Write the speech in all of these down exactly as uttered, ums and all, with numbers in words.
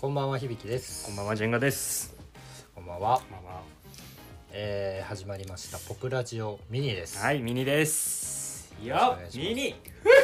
こんばんは、響です。 こんばんは、ジェンガです。 こんばんは。 こんばんは。 えー、始まりましたポプラジオミニです。 はい、ミニです。よっ、ミニ。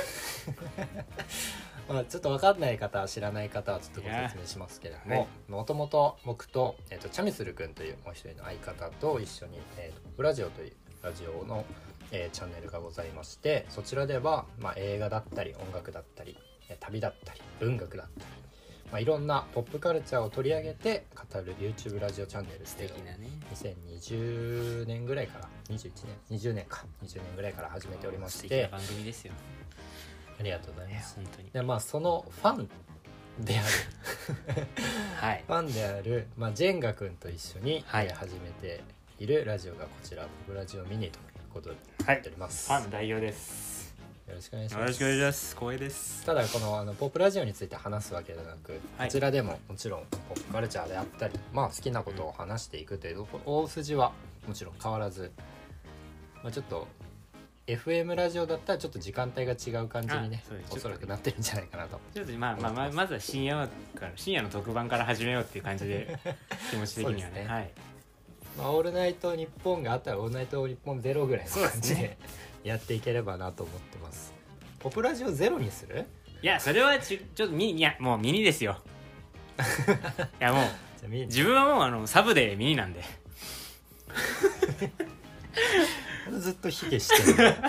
まあちょっと分かんない方、知らない方はちょっとご説明しますけれども、もともと僕と、えー、とチャミスル君というもう一人の相方と一緒に、えー、とポプラジオというラジオの、えー、チャンネルがございまして、そちらでは、まあ、映画だったり音楽だったり旅だったり文学だったり、まあ、いろんなポップカルチャーを取り上げて語る YouTube ラジオチャンネルですけど、 素敵なね、 にせんにじゅうねんぐらいからにじゅういちねんにじゅうねんかにじゅうねんぐらいから始めておりまして、 素敵な番組ですよ。 ありがとうございます。 本当に。 でまあそのファンであるはいファンである、まあ、ジェンガ君と一緒に、 はい、 始めているラジオがこちらポプラジオミニということでやっております。 はい、ファン代表です。 よろしくお願いします。 よろしくお願いします。光栄です。 ただこのあのポップラジオについて話すわけではなく、はい、こちらでももちろんポップカルチャーであったり、まあ、好きなことを話していくという大筋はもちろん変わらず、まあ、ちょっと エフエム ラジオだったらちょっと時間帯が違う感じにね、おそらくなってるんじゃないかなと。 ちょっとまあまあまあまずは深夜から深夜の特番から始めようっていう感じで気持ち的には ね, ね、はい、 まあ、オールナイトニッポンがあったらオールナイトニッポンゼロぐらいの感じでやっていければなと思ってます。ポプラジオゼロにする？ いや、それはちちょっとミニ、いやもうミニですよ。いやもう自分はもうあのサブでミニなんでずっと卑下してる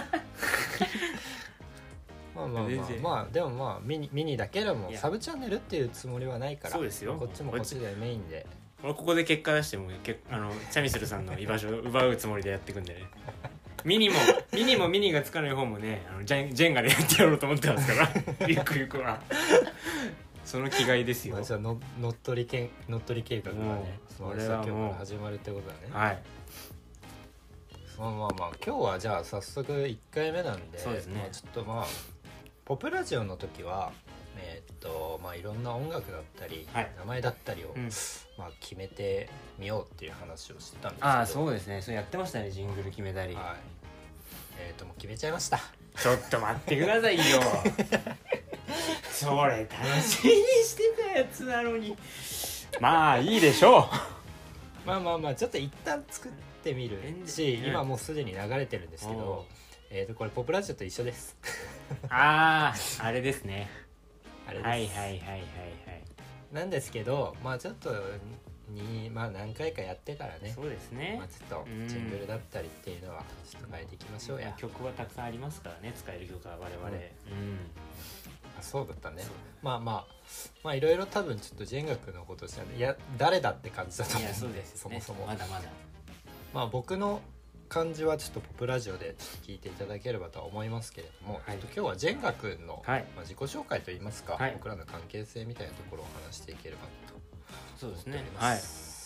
まあまあまあまあでもまあミニ、ミニだけでもサブチャンネルっていうつもりはないから、 そうですよ、 こっちもこっちでメインで俺ここで結果出してもけあのチャミスルさんの居場所を奪うつもりでやっていくんでねミニもミニもミニがつかない方もね、あのジェン、ジェンガでやってやろうと思ってますからゆくゆくはその気概ですよ。 まあ、じゃあの乗っ取りけん乗っ取り計画がね、 それはもう今日から始まるってことだね。 はい。 まあまあまあ今日はじゃあ早速いっかいめなんで、 そうですね、 まあ、ちょっとまあポプラジオの時はえー、っとまあいろんな音楽だったり、はい、名前だったりを、うん、まあ、決めてみようっていう話をしてたんですけど、 ああそうですね、それやってましたね、ジングル決めたり、はい、 えー、っともう決めちゃいました。 ちょっと待ってくださいよそれ楽しみにしてたやつなのにまあいいでしょうまあまあまあちょっと一旦作ってみるし、うん、今もうすでに流れてるんですけど、えー、とこれポプラジオと一緒ですあああれですね、 あれです、 はいはいはいはいはいなんですけど、まあちょっとに、まあ、何回かやってからね、 そうですね、 まあ、ちょっとジングルだったりっていうのはちょっと変えていきましょうや。 曲はたくさんありますからね、使える曲は我々、うんうん、 あそうだったね。まあまあまあいろいろ多分ちょっとジェンガ君のことしたら、いや誰だって感じだと思うんで、いやそうです、ね、そもそもまだまだまあ僕の感じはちょっとポプラジオでちょっと聞いていただければとは思いますけれども、はい、今日はジェンガ君の、はい、まあ、自己紹介といいますか、はい、僕らの関係性みたいなところを話していければと思っております。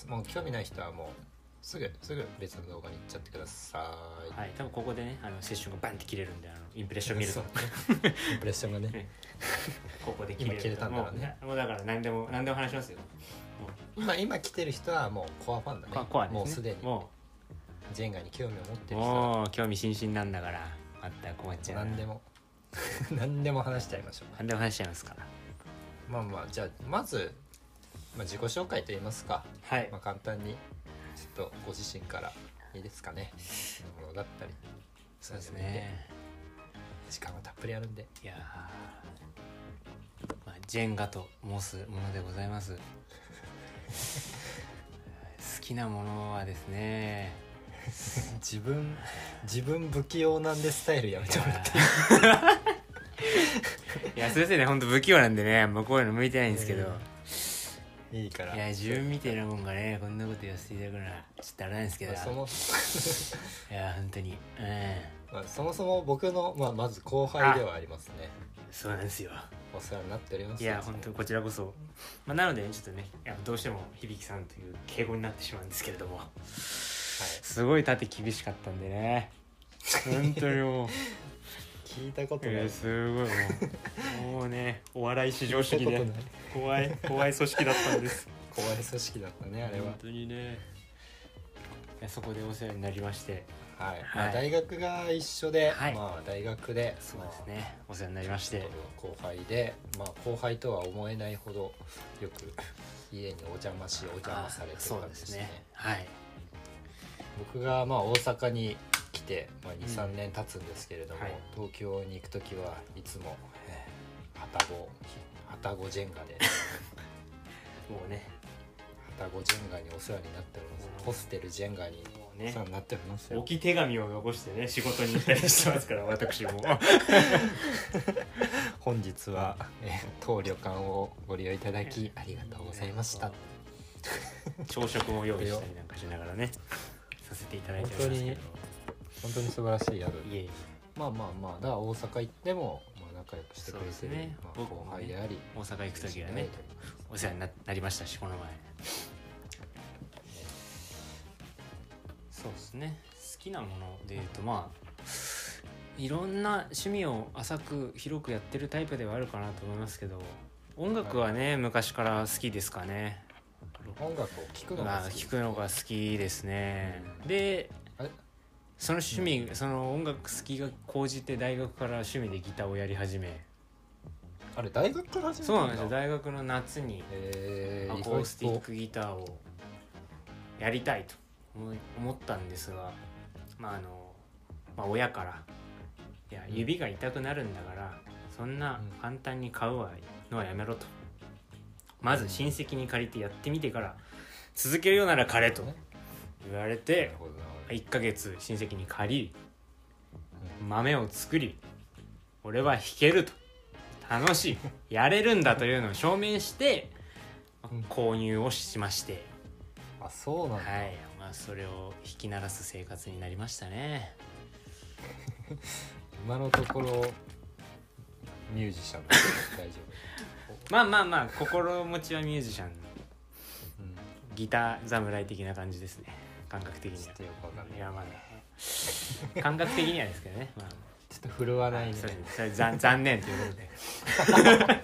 はい、もう興味ない人はもうすぐすぐ別の動画に行っちゃってください。はい、 多分ここでね、あのセッションがバンって切れるんで、あのインプレッション見るとインプレッションがねここで切れる、今切れたんだろうね。もうだから何でも何でも話しますよ。 今今来てる人はもうコアファンだね。 コアですね、 もうすでにもうジェンガに興味を持ってる人もう興味津々なんだから、また困っちゃう。 何でも何でも話しちゃいましょう。 何でも話しちゃいますから。 まあまあじゃあまず、まあ、自己紹介といいますか、はい、まあ、簡単にちょっとご自身からいいですかね、ものだったり。 そうですね、 時間はたっぷりあるんで。 いや、まあ、ジェンガと申すものでございます好きなものはですね自分自分不器用なんでスタイルやめてもらっていや、すいませんね、ほんと不器用なんでね、もうこういうの向いてないんですけど、 えー、いいから。 いや、自分みたいなもんがねこんなこと言わせていただくのはちょっとあれなんですけど、まあ、そもいや本当に、 うん、まあ、そもそも僕の、まあ、まず後輩ではありますね。 そうなんですよ、 お世話になっております。 いや本当にこちらこそ、まあ、なのでちょっとね、いやどうしても響さんという敬語になってしまうんですけれども、はい、すごい縦厳しかったんでね本当にもう聞いたことない、 えー、すごいもうもうね、お笑い至上主義で怖い怖い組織だったんです怖い組織だったね、あれは。 本当にね、いやそこでお世話になりまして、 はい、まあ、大学が一緒で、 はい、 まあ大学でそうですね、お世話になりまして、 後輩で、まあ後輩とは思えないほどよく家にお邪魔しお邪魔されてる感じですね。 ね、はい。 僕がまあ大阪に来て、まあ、にさんねん経つんですけれども、うん、はい、東京に行くときはいつも、えー、はたごはたごジェンガでもうね、 はたごジェンガにお世話になっております。ホステルジェンガにお世話になっておりますよ。 置き手紙を残してね仕事に行ったりしてますから私も本日は、えー、当旅館をご利用いただきありがとうございました朝食も用意したりなんかしながらねさせていただいておりますけど、 本当に素晴らしい宿で、いえいえ、まあまあまあだから大阪行っても、まあ、仲良くしてくれてる、ね、まあ、後輩であり、 大阪行く時はねお世話に な, なりましたし、この前そうですね。好きなものでいうと、まあいろんな趣味を浅く広くやってるタイプではあるかなと思いますけど、音楽はね、はい、昔から好きですかね。 音楽を聴くのが好き、 聴くのが好きですね。でその趣味、うん、その音楽好きが高じて大学から趣味でギターをやり始め、 あれ大学から始めたんだ。 そうなんですよ。大学の夏にアコースティックギターをやりたいと思ったんですが、まああのまあ、親からいや指が痛くなるんだからそんな簡単に買うのはやめろと、まず親戚に借りてやってみてから続けるようなら借れと言われて、いっかげつ親戚に借り豆を作り、俺は弾けると、楽しい、やれるんだというのを証明して購入をしまして、 あ、そうなんだ、 はい、まあ、それを弾き鳴らす生活になりましたね今のところミュージシャンだけど大丈夫まあまあまあ心持ちはミュージシャン、うん、ギター侍的な感じですね、感覚的には。いやまあ感覚的にはですけどね、まあ、 ちょっと振るわないね、 それそれ残残念ということで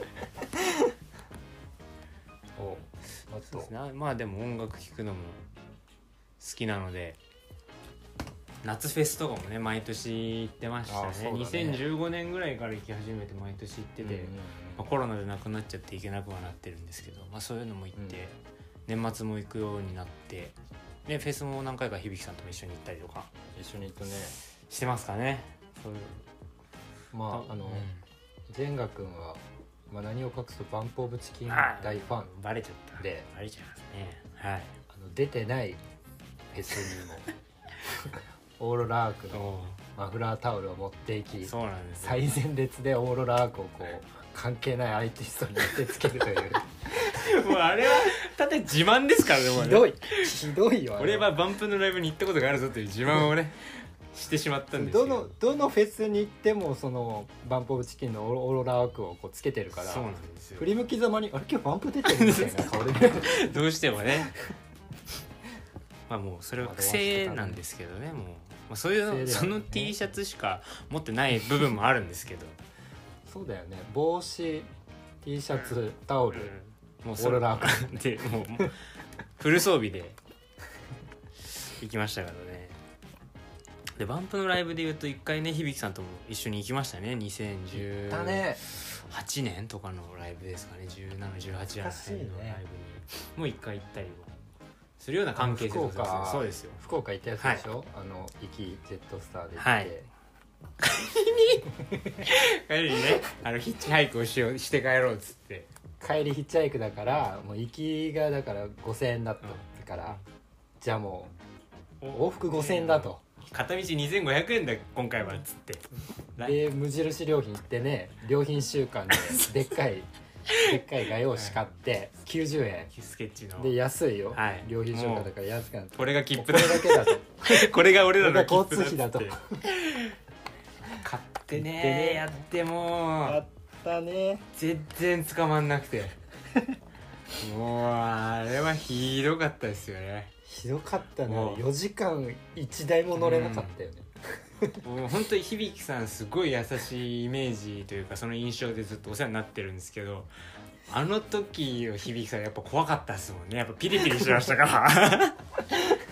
おそうですね。まあでも音楽聴くのも好きなので、夏フェスとかもね毎年行ってましたね。ね、にせんじゅうごねんぐらいから行き始めて毎年行ってて、うんうんうん、まあ、コロナでなくなっちゃって行けなくはなってるんですけど、まあ、そういうのも行って、うん、年末も行くようになって、でフェスも何回か響さんとも一緒に行ったりとか一緒に行くねしてますかね。そういうまああの、うん、ジェンガ君は、まあ、何を隠すとバンプオブチキン大ファンバレちゃったでバレちゃいますね、はい、 あの出てないフェスにもオーロラアークのマフラータオルを持っていき、 そうなんですよ、 最前列でオーロラアークをこう関係ないアーティストに当てつけるというもうあれはただ自慢ですからね。 ひどいひどいよ。 俺はバンプのライブに行ったことがあるぞという自慢をねしてしまったんですけど、どのどのフェスに行ってもそのバンプオブチキンのオーロラアークをこうつけてるから、 そうなんですよ。 振り向きざまにあれ今日バンプ出てるみたいな顔でどうしてもねまあもうそれは癖なんですけどね、もう、まあ、そういうの、ね、その T シャツしか持ってない部分もあるんですけどそうだよね、帽子 T シャツタオル、 うん、もうオーロラークでもうフル装備で行きましたからね。でバンプのライブでいうと一回ね響さんとも一緒に行きましたね。にせんじゅうはちねんとかのライブですかね、じゅうなな、じゅうはちねんのライブにもう一回行ったりもするような関係性です。そうですよ、 福岡行ったやつでしょ、はい、あの行きジェットスターで行って、 はい、帰りに帰りにねあのヒッチハイクをしようして帰ろうっつって、 帰りヒッチハイクだからもう行きがだからごせんえんだったから、うん、じゃあもう往復ごせんえんだと、 片道にせんごひゃくえんだ今回はっつってで無印良品行ってね、良品週間ででっかいでっかい画用紙買ってきゅうじゅうえんスケッチので安いよ、 はい、 良品週間だから安くなって、 これが切符だ、 これだけだとこれが俺らの交通費だと買ってねーやってもやったね、 全然捕まんなくてもうあれはひどかったですよね。 ひどかったね、よじかんいちだいも乗れなかったよね、 うん、もう本当に響さんすごい優しいイメージというかその印象でずっとお世話になってるんですけど、あの時の響さんやっぱ怖かったですもんね。やっぱピリピリしてましたから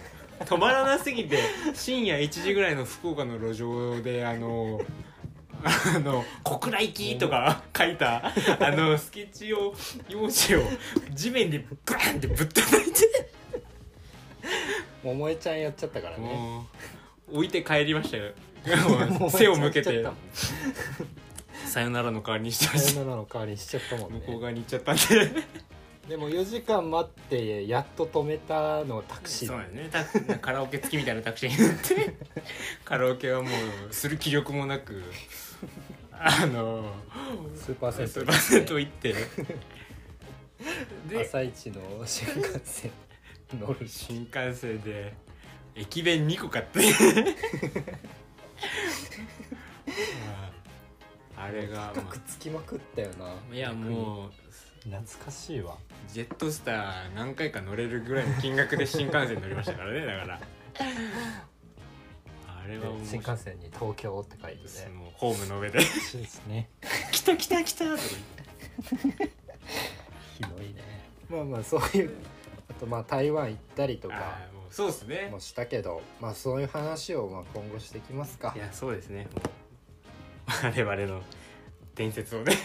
止まらなすぎて深夜いちじぐらいの福岡の路上であのあの小倉行きとか書いたあのスケッチ用用紙を地面でバーンってぶったたいて桃江ちゃんやっちゃったからね。 もう置いて帰りましたよ背を向けてさよならの代わりにしてました。 さよならの代わりにしちゃったもんね。 向こう側に行っちゃったんででもよじかん待ってやっと止めたのタクシーそうだね。タカラオケ付きみたいなタクシーに乗ってカラオケはもうする気力もなくあのスーパー銭湯スーパー銭湯行ってで朝一の新幹線乗る新幹線で駅弁にこ買ってあれが、 まあ、くっつきまくったよな。 いやもう懐かしいわ。 ジェットスター何回か乗れるぐらいの金額で新幹線乗りましたからね。だからあれは面白い。 新幹線に東京って書いてね、 もうホームの上でそうですね来た来た来たとか言ってひどいね。まあまあそういうあとまあ台湾行ったりとかもうそうですねもしたけど、まあそういう話をまあ今後していきますか。 いやそうですね。もう我々の伝説をね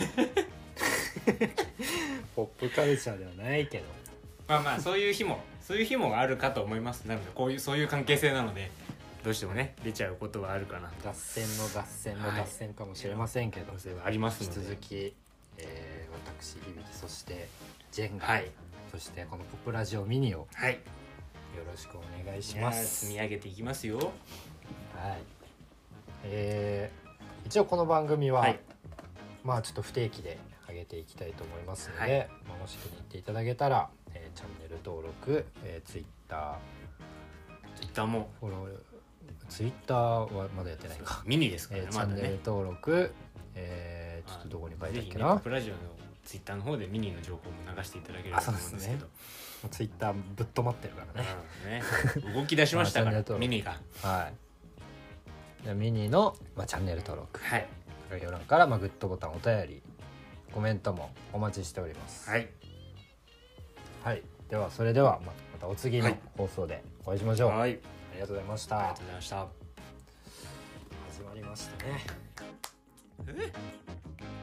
ポップカルチャーではないけど、 まあまあそういう日もそういう日もあるかと思います。なのでこういうそういう関係性なのでどうしてもね出ちゃうことはあるかな。 脱線の脱線の脱線かもしれませんけど、 はい、あります引きので続き、えー、私響きそしてジェンガ、 はい、 そしてこのポップラジオミニを、 はい、 よろしくお願いします。 積み上げていきますよ。 はい、えー、一応この番組は、はい、まあちょっと不定期で上げていきたいと思いますので、はい、まあ、もし気に入っていただけたら、えー、チャンネル登録、えー、ツイッターツイッターもフォローツイッターはまだやってないか。 ミニですから、 ね、えー、チャンネル登録、えー、ちょっとどこに書いてあるっけな。 ポップラジオのツイッターの方でミニの情報も流していただければと思うんですけど、 ツイッターぶっ止まってるからね。 ね動き出しましたからミニが。 はい。ミニの、まあ、チャンネル登録。 はい。 概要欄から、まあ、グッドボタン、お便り、コメントもお待ちしております。 はい。 はい。ではそれではまたお次の放送でお会いしましょう。 はい。 ありがとうございました。 ありがとうございました。 始まりましたね。 え